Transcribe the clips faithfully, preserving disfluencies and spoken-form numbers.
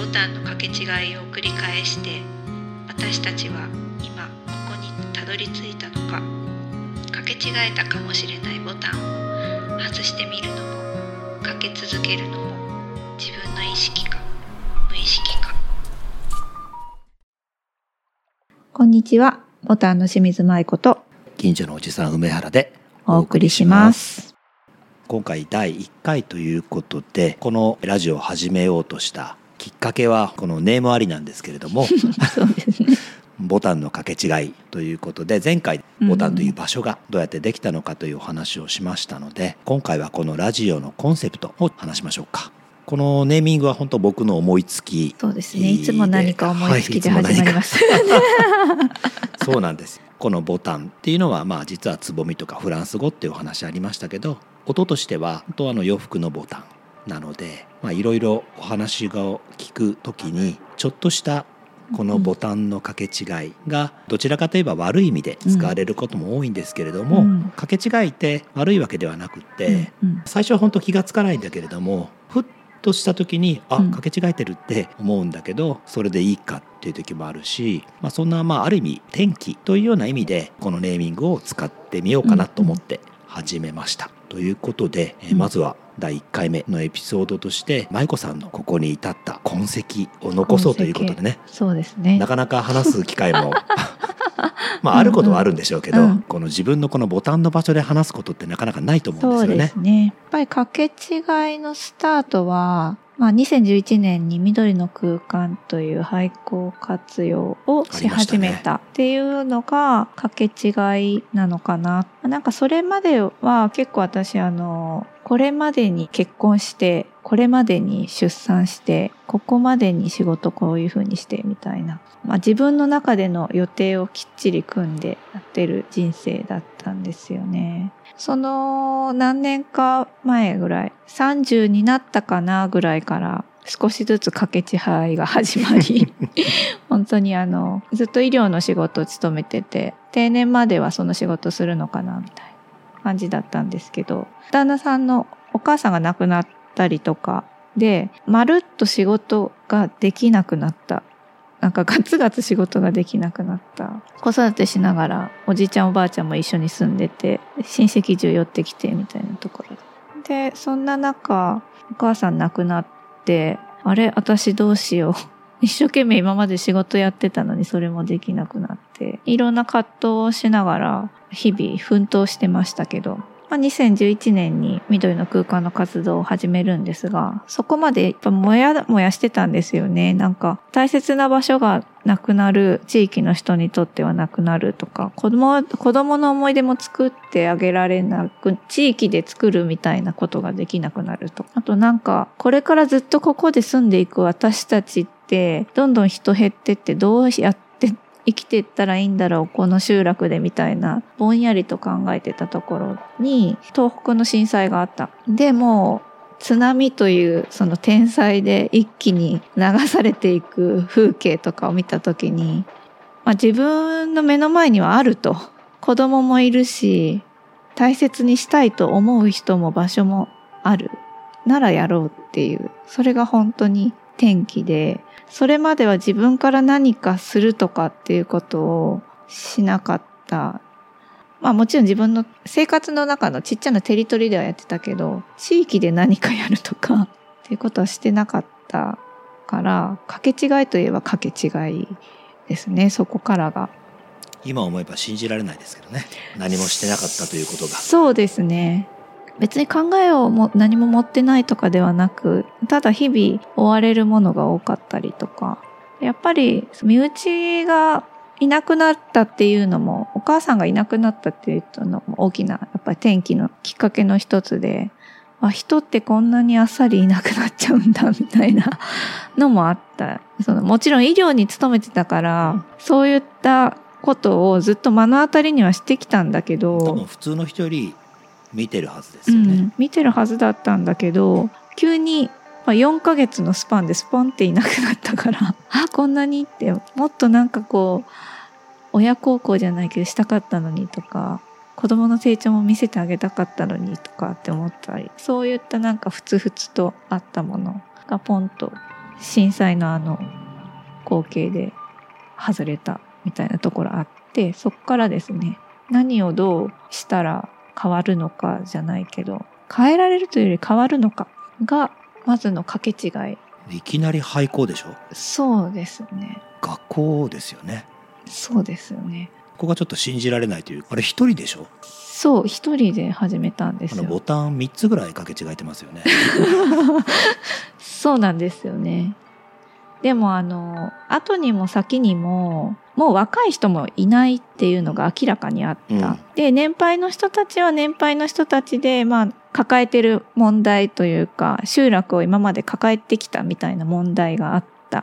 タンの掛け違いを繰り返して私たちは今ここにたどり着いたのか。掛け違えたかもしれないボタンを外してみるのもかけ続けるのも自分の意識か無意識か。 こんにちは、ボタンの清水舞子と近所のおじさん梅原でお送りします。 今回だいいっかいということで、このラジオを始めようとしたきっかけはこのネームありなんですけれどもそうですねボタンの掛け違いということで、前回ボタンという場所がどうやってできたのかというお話をしましたので、今回はこのラジオのコンセプトを話しましょうか。このネーミングは本当僕の思いつき。 そうですね、いつも何か思いつきで始まります、 はい、そうなんです。このボタンっていうのは、まあ実はつぼみとかフランス語っていうお話ありましたけど、音としては本当あの洋服のボタンなので、まあいろいろお話を聞くときにちょっとしたこのボタンの掛け違いがどちらかといえば悪い意味で使われることも多いんですけれども、うん、掛け違いって悪いわけではなくって、うん、最初は本当気がつかないんだけれども、ふっとした時にあ、掛け違えてるって思うんだけど、それでいいかっていう時もあるし、まあ、そんなまあある意味転機というような意味でこのネーミングを使ってみようかなと思って始めました、うん、ということで、えー、まずはだいいっかいめのエピソードとして舞子さんのここに至った痕跡を残そうということでね。 そうですね、 なかなか話す機会もまああることはあるんでしょうけど、うんうん、この自分のこのボタンの場所で話すことってなかなかないと思うんですよね。 そうですね、やっぱり掛け違いのスタートは、まあ、にせんじゅういちねんに緑の空間という廃校活用をし始めたっていうのが掛け違いなのかな。なんかそれまでは結構私あのこれまでに結婚してこれまでに出産してここまでに仕事こういう風にしてみたいな、まあ、自分の中での予定をきっちり組んでやってる人生だったんですよね。その何年か前ぐらい、さんじゅうになったかなぐらいから少しずつ掛け違いが始まり本当にあのずっと医療の仕事を務めてて、定年まではその仕事するのかなみたいな感じだったんですけど、旦那さんのお母さんが亡くなったりとかでまるっと仕事ができなくなった、なんかガツガツ仕事ができなくなった。子育てしながらおじいちゃんおばあちゃんも一緒に住んでて、親戚中寄ってきてみたいなところで、でそんな中お母さん亡くなって、あれ私どうしよう一生懸命今まで仕事やってたのにそれもできなくなって、いろんな葛藤をしながら日々奮闘してましたけど、まあ、にせんじゅういちねんに緑の空間の活動を始めるんですが、そこまでやっぱもやもやしてたんですよね。なんか大切な場所がなくなる、地域の人にとってはなくなるとか、子供、子供の思い出も作ってあげられなく、地域で作るみたいなことができなくなるとか、あとなんかこれからずっとここで住んでいく私たちってどんどん人減ってってどうやって生きていったらいいんだろうこの集落でみたいなぼんやりと考えてたところに東北の震災があった。でも津波というその天災で一気に流されていく風景とかを見たときに、まあ、自分の目の前にはあると、子供もいるし大切にしたいと思う人も場所もあるならやろうっていう、それが本当に転機で、それまでは自分から何かするとかっていうことをしなかった。まあもちろん自分の生活の中のちっちゃなテリトリーではやってたけど、地域で何かやるとかっていうことはしてなかったから、掛け違いといえば掛け違いですね。そこからが今思えば信じられないですけどね、何もしてなかったということが。 そうですね、別に考えをも何も持ってないとかではなく、ただ日々追われるものが多かったりとか、やっぱり身内がいなくなったっていうのも、お母さんがいなくなったっていうのも大きなやっぱり転機のきっかけの一つで、あ、人ってこんなにあっさりいなくなっちゃうんだみたいなのもあった。そのもちろん医療に勤めてたからそういったことをずっと目の当たりにはしてきたんだけど、 多分普通の人より見てるはずですよね、うん、 見てるはずだったんだけど、急によんかげつのスパンでスポンっていなくなったからあ、こんなにって、もっとなんかこう親孝行じゃないけどしたかったのにとか、子供の成長も見せてあげたかったのにとかって思ったり、そういったなんかふつふつとあったものがポンと震災のあの光景で外れたみたいなところあって、そこからですね、何をどうしたら変わるのかじゃないけど、変えられるというより変わるのかがまずの掛け違い。 いきなり廃校でしょ。 そうですね。 学校ですよね。 そうですよね。 ここがちょっと信じられないという、あれ一人でしょ。 そう、一人で始めたんですよ。 あのボタンみっつぐらい掛け違えてますよね。 そうなんですよね。でもあの後にも先にももう若い人もいないっていうのが明らかにあった、うん、で年配の人たちは年配の人たちで、まあ、抱えてる問題というか集落を今まで抱えてきたみたいな問題があった。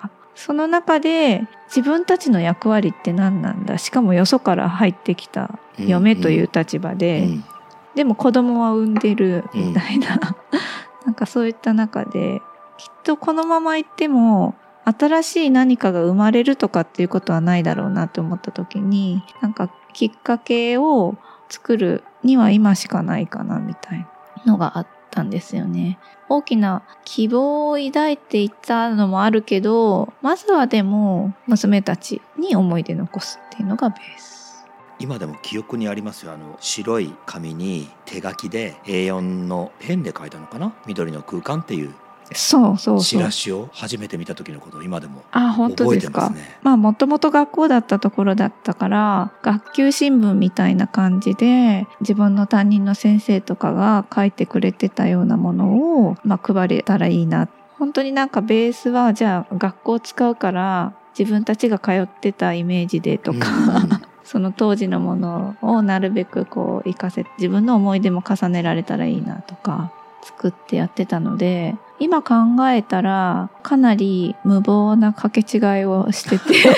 その中で自分たちの役割って何なんだ、しかもよそから入ってきた嫁という立場で、うんうん、でも子供は産んでるみたいな、うん、なんかそういった中できっとこのまま行っても新しい何かが生まれるとかっていうことはないだろうなって思った時に、なんかきっかけを作るには今しかないかなみたいなのがあったんですよね。大きな希望を抱いていたのもあるけど、まずはでも娘たちに思い出残すっていうのがベース。 今でも記憶にありますよ。あの白い紙に手書きで エーよん のペンで書いたのかな、緑の空間っていうそうそうそうチラシを初めて見た時のことを今でも覚えてますね。 あ、本当ですか。まあもともと学校だったところだったから学級新聞みたいな感じで自分の担任の先生とかが書いてくれてたようなものを、まあ、配れたらいいな。本当になんかベースはじゃあ学校使うから自分たちが通ってたイメージでとか、うん、その当時のものをなるべくこう活かせ、自分の思い出も重ねられたらいいなとか作ってやってたので、今考えたらかなり無謀な掛け違いをしてていや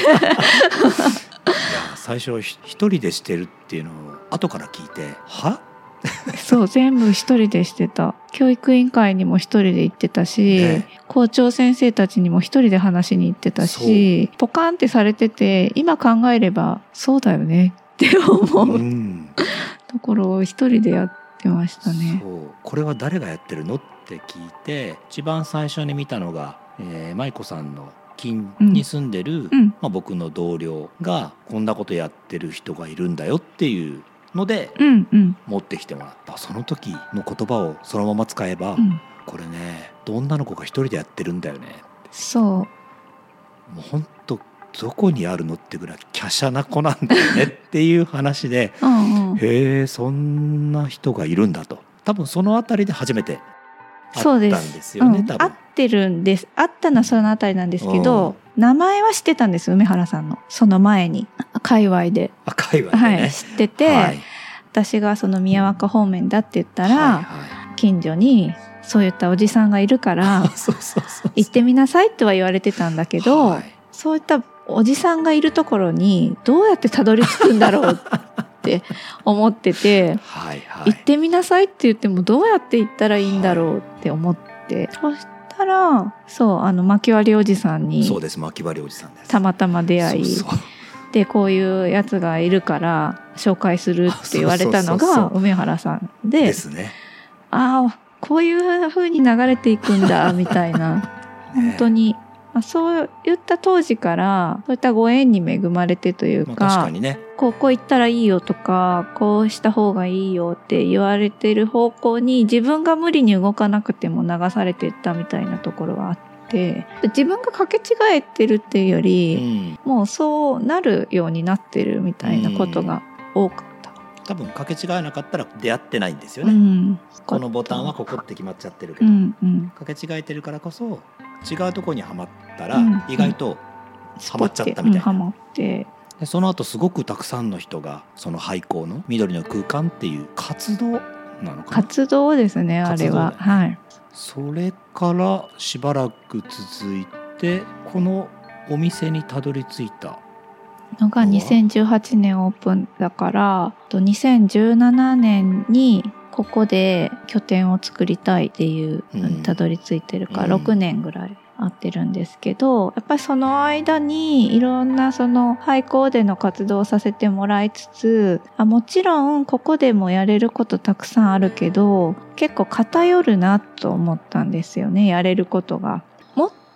最初一人でしてるっていうのを後から聞いて、はそう全部一人でしてた。教育委員会にも一人で行ってたし、ね、校長先生たちにも一人で話しに行ってたし、ポカンってされてて、今考えればそうだよねって思う、うん、ところを一人でやってましたね。 そう、これは誰がやってるのって聞いて、一番最初に見たのが、えー、舞子さんの近に住んでる、うんまあ、僕の同僚がこんなことやってる人がいるんだよっていうので、うんうん、持ってきてもらった。その時の言葉をそのまま使えば、うん、これね女の子が一人でやってるんだよね。 そうもう本当どこにあるのってぐらい華奢な子なんだよねっていう話でうん、うん、へえそんな人がいるんだと。多分そのあたりで初めて会ったんですよね。多分会ってるんです。会ったのはそのあたりなんですけど、うん、名前は知ってたんです。梅原さんのその前に界隈で、 あ界隈でね、 はい、知ってて、はい、私がその宮若方面だって言ったら、はいはい、近所にそういったおじさんがいるからそうそうそうそう行ってみなさいとは言われてたんだけど、はい、そういったおじさんがいるところにどうやってたどり着くんだろうって思っててはい、はい、行ってみなさいって言ってもどうやって行ったらいいんだろうって思って、はい、そしたらそうあの牧割おじさんにそうです牧割おじさんですたまたま出会いそうそうでこういうやつがいるから紹介するって言われたのが梅原さん で, ですね。ああこういう風に流れていくんだみたいな本当にまあ、そういった当時からそういったご縁に恵まれてというか、まあ、確かにね、ここ行ったらいいよとかこうした方がいいよって言われてる方向に自分が無理に動かなくても流されていったみたいなところはあって自分が掛け違えてるっていうより、うん、もうそうなるようになってるみたいなことが多かった、うん、 多分掛け違えなかったら出会ってないんですよね、うん、このボタンはここって決まっちゃってるけど、うんうん、掛け違えてるからこそ違うところにはまったら意外とはまっちゃったみたいな、うんうん、はまってでその後すごくたくさんの人がその廃校の緑の空間っていう活動なのかな活動ですねあれは、ねはい、 それからしばらく続いてこのお店にたどり着いたのがにせんじゅうはちねんオープンだからにせんじゅうななねんにここで拠点を作りたいっていうのにたどり着いてるからろくねんぐらい会ってるんですけど、やっぱりその間にいろんなその廃校での活動をさせてもらいつつ、あもちろんここでもやれることたくさんあるけど結構偏るなと思ったんですよね。やれることがもっ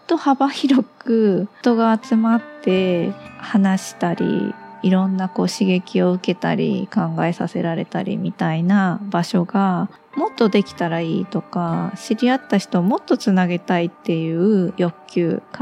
と幅広く人が集まって話したり、いろんなこう刺激を受けたり考えさせられたりみたいな場所がもっとできたらいいとか、知り合った人をもっとつなげたいっていう欲求から、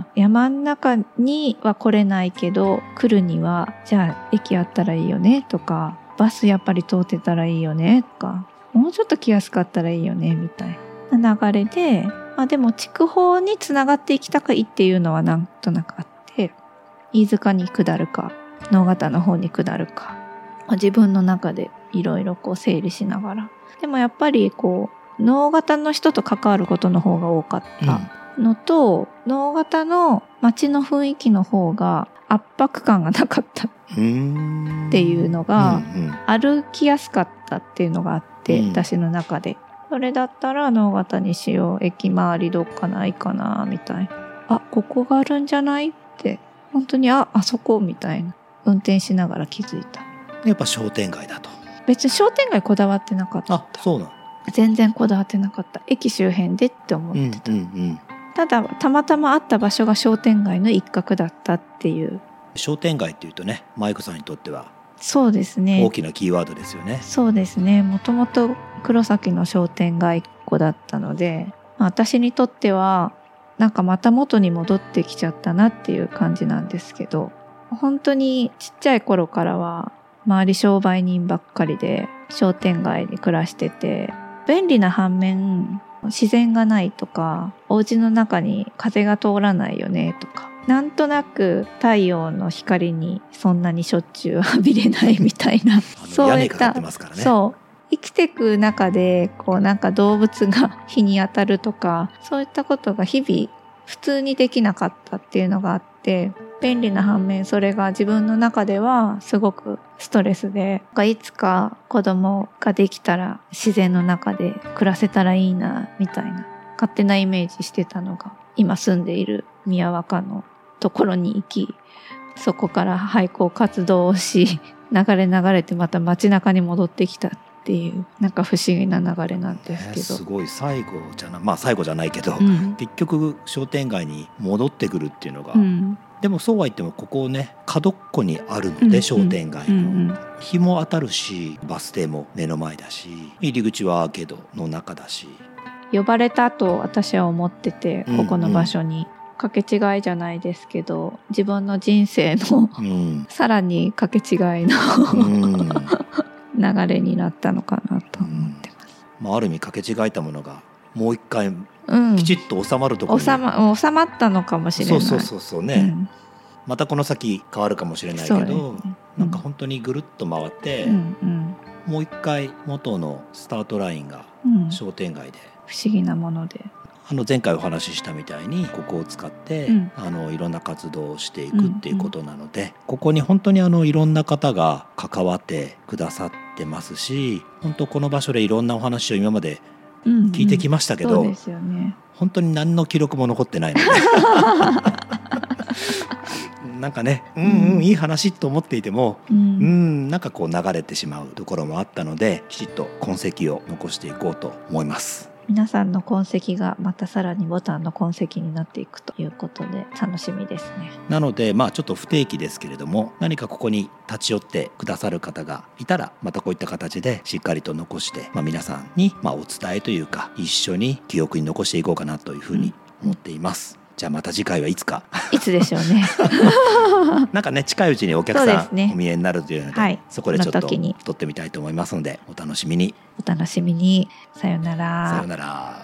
山の中には来れないけど来るにはじゃあ駅あったらいいよねとか、バスやっぱり通ってたらいいよねとか、もうちょっと来やすかったらいいよねみたいな流れで、まあ、でも筑豊につながっていきたくいっていうのはなんとなくあって、飯塚に下るか直方の方に下るか、自分の中でいろいろこう整理しながら、でもやっぱりこう直方の人と関わることの方が多かったのと、うん、直方の街の雰囲気の方が圧迫感がなかったっていうのが、歩きやすかったっていうのがあって、うん、私の中でそれだったら直方にしよう、駅周りどっかないかなみたいな、あ、ここがあるんじゃないって本当にあ、あそこみたいな、運転しながら気づいた。 やっぱ商店街だと。 別に商店街こだわってなかった。 あ、そうなの。 全然こだわってなかった。駅周辺でって思ってた、うんうんうん、ただたまたまあった場所が商店街の一角だったっていう。 商店街っていうとね、マイクさんにとってはそうですね、 大きなキーワードですよね。 そうですね、もともと黒崎の商店街っ子だったので、まあ、私にとってはなんかまた元に戻ってきちゃったなっていう感じなんですけど、本当にちっちゃい頃からは周り商売人ばっかりで商店街に暮らしてて、便利な反面自然がないとか、お家の中に風が通らないよねとか、なんとなく太陽の光にそんなにしょっちゅう浴びれないみたいなそういった、ね、 そう生きていく中でこうなんか動物が日に当たるとか、そういったことが日々普通にできなかったっていうのがあって、便利な反面それが自分の中ではすごくストレスで、いつか子供ができたら自然の中で暮らせたらいいなみたいな勝手なイメージしてたのが、今住んでいる宮若のところに行き、そこから廃校活動をし、流れ流れてまた街中に戻ってきたっていう、なんか不思議な流れなんですけど、えー、 すごい最後じゃな、まあ最後じゃないけど、うん、結局商店街に戻ってくるっていうのが、うん、でもそうは言ってもここね角っこにあるので、うんうん、商店街の、うんうん、日も当たるし、バス停も目の前だし、入り口はアーケードの中だし、 呼ばれたと私は思ってて、ここの場所に、うんうん、かけ違いじゃないですけど、自分の人生の、うん、さらにかけ違いの、うん流れになったのかなと思ってます、 うん、まあ、ある意味かけ違えたものがもう一回きちっと収まるところに、 収ま、収まったのかもしれない。 そうそうそうそうね、うん、またこの先変わるかもしれないけど、ね、なんか本当にぐるっと回って、うんうん、もう一回元のスタートラインが商店街で、 うん、不思議なもので、 あの前回お話ししたみたいにここを使って、うん、あのいろんな活動をしていくっていうことなので、うんうん、ここに本当にあのいろんな方が関わってくださってますし、本当この場所でいろんなお話を今まで聞いてきましたけど、うんうん、そうですよね、本当に何の記録も残ってないのでなんかね、うんうん、いい話と思っていても、うん、うんなんかこう流れてしまうところもあったので、きちっと痕跡を残していこうと思います。 皆さんの痕跡がまたさらにボタンの痕跡になっていくということで楽しみですね。 なのでまあちょっと不定期ですけれども、何かここに立ち寄ってくださる方がいたら、またこういった形でしっかりと残して、まあ、皆さんにまあお伝えというか、一緒に記憶に残していこうかなというふうに思っています、うん、じゃあまた次回はいつかいつでしょうねなんかね近いうちにお客さん、ね、お見えになるというので、はい、そこでちょっと撮ってみたいと思いますので、お楽しみに。 お楽しみに。さよなら。 さよなら。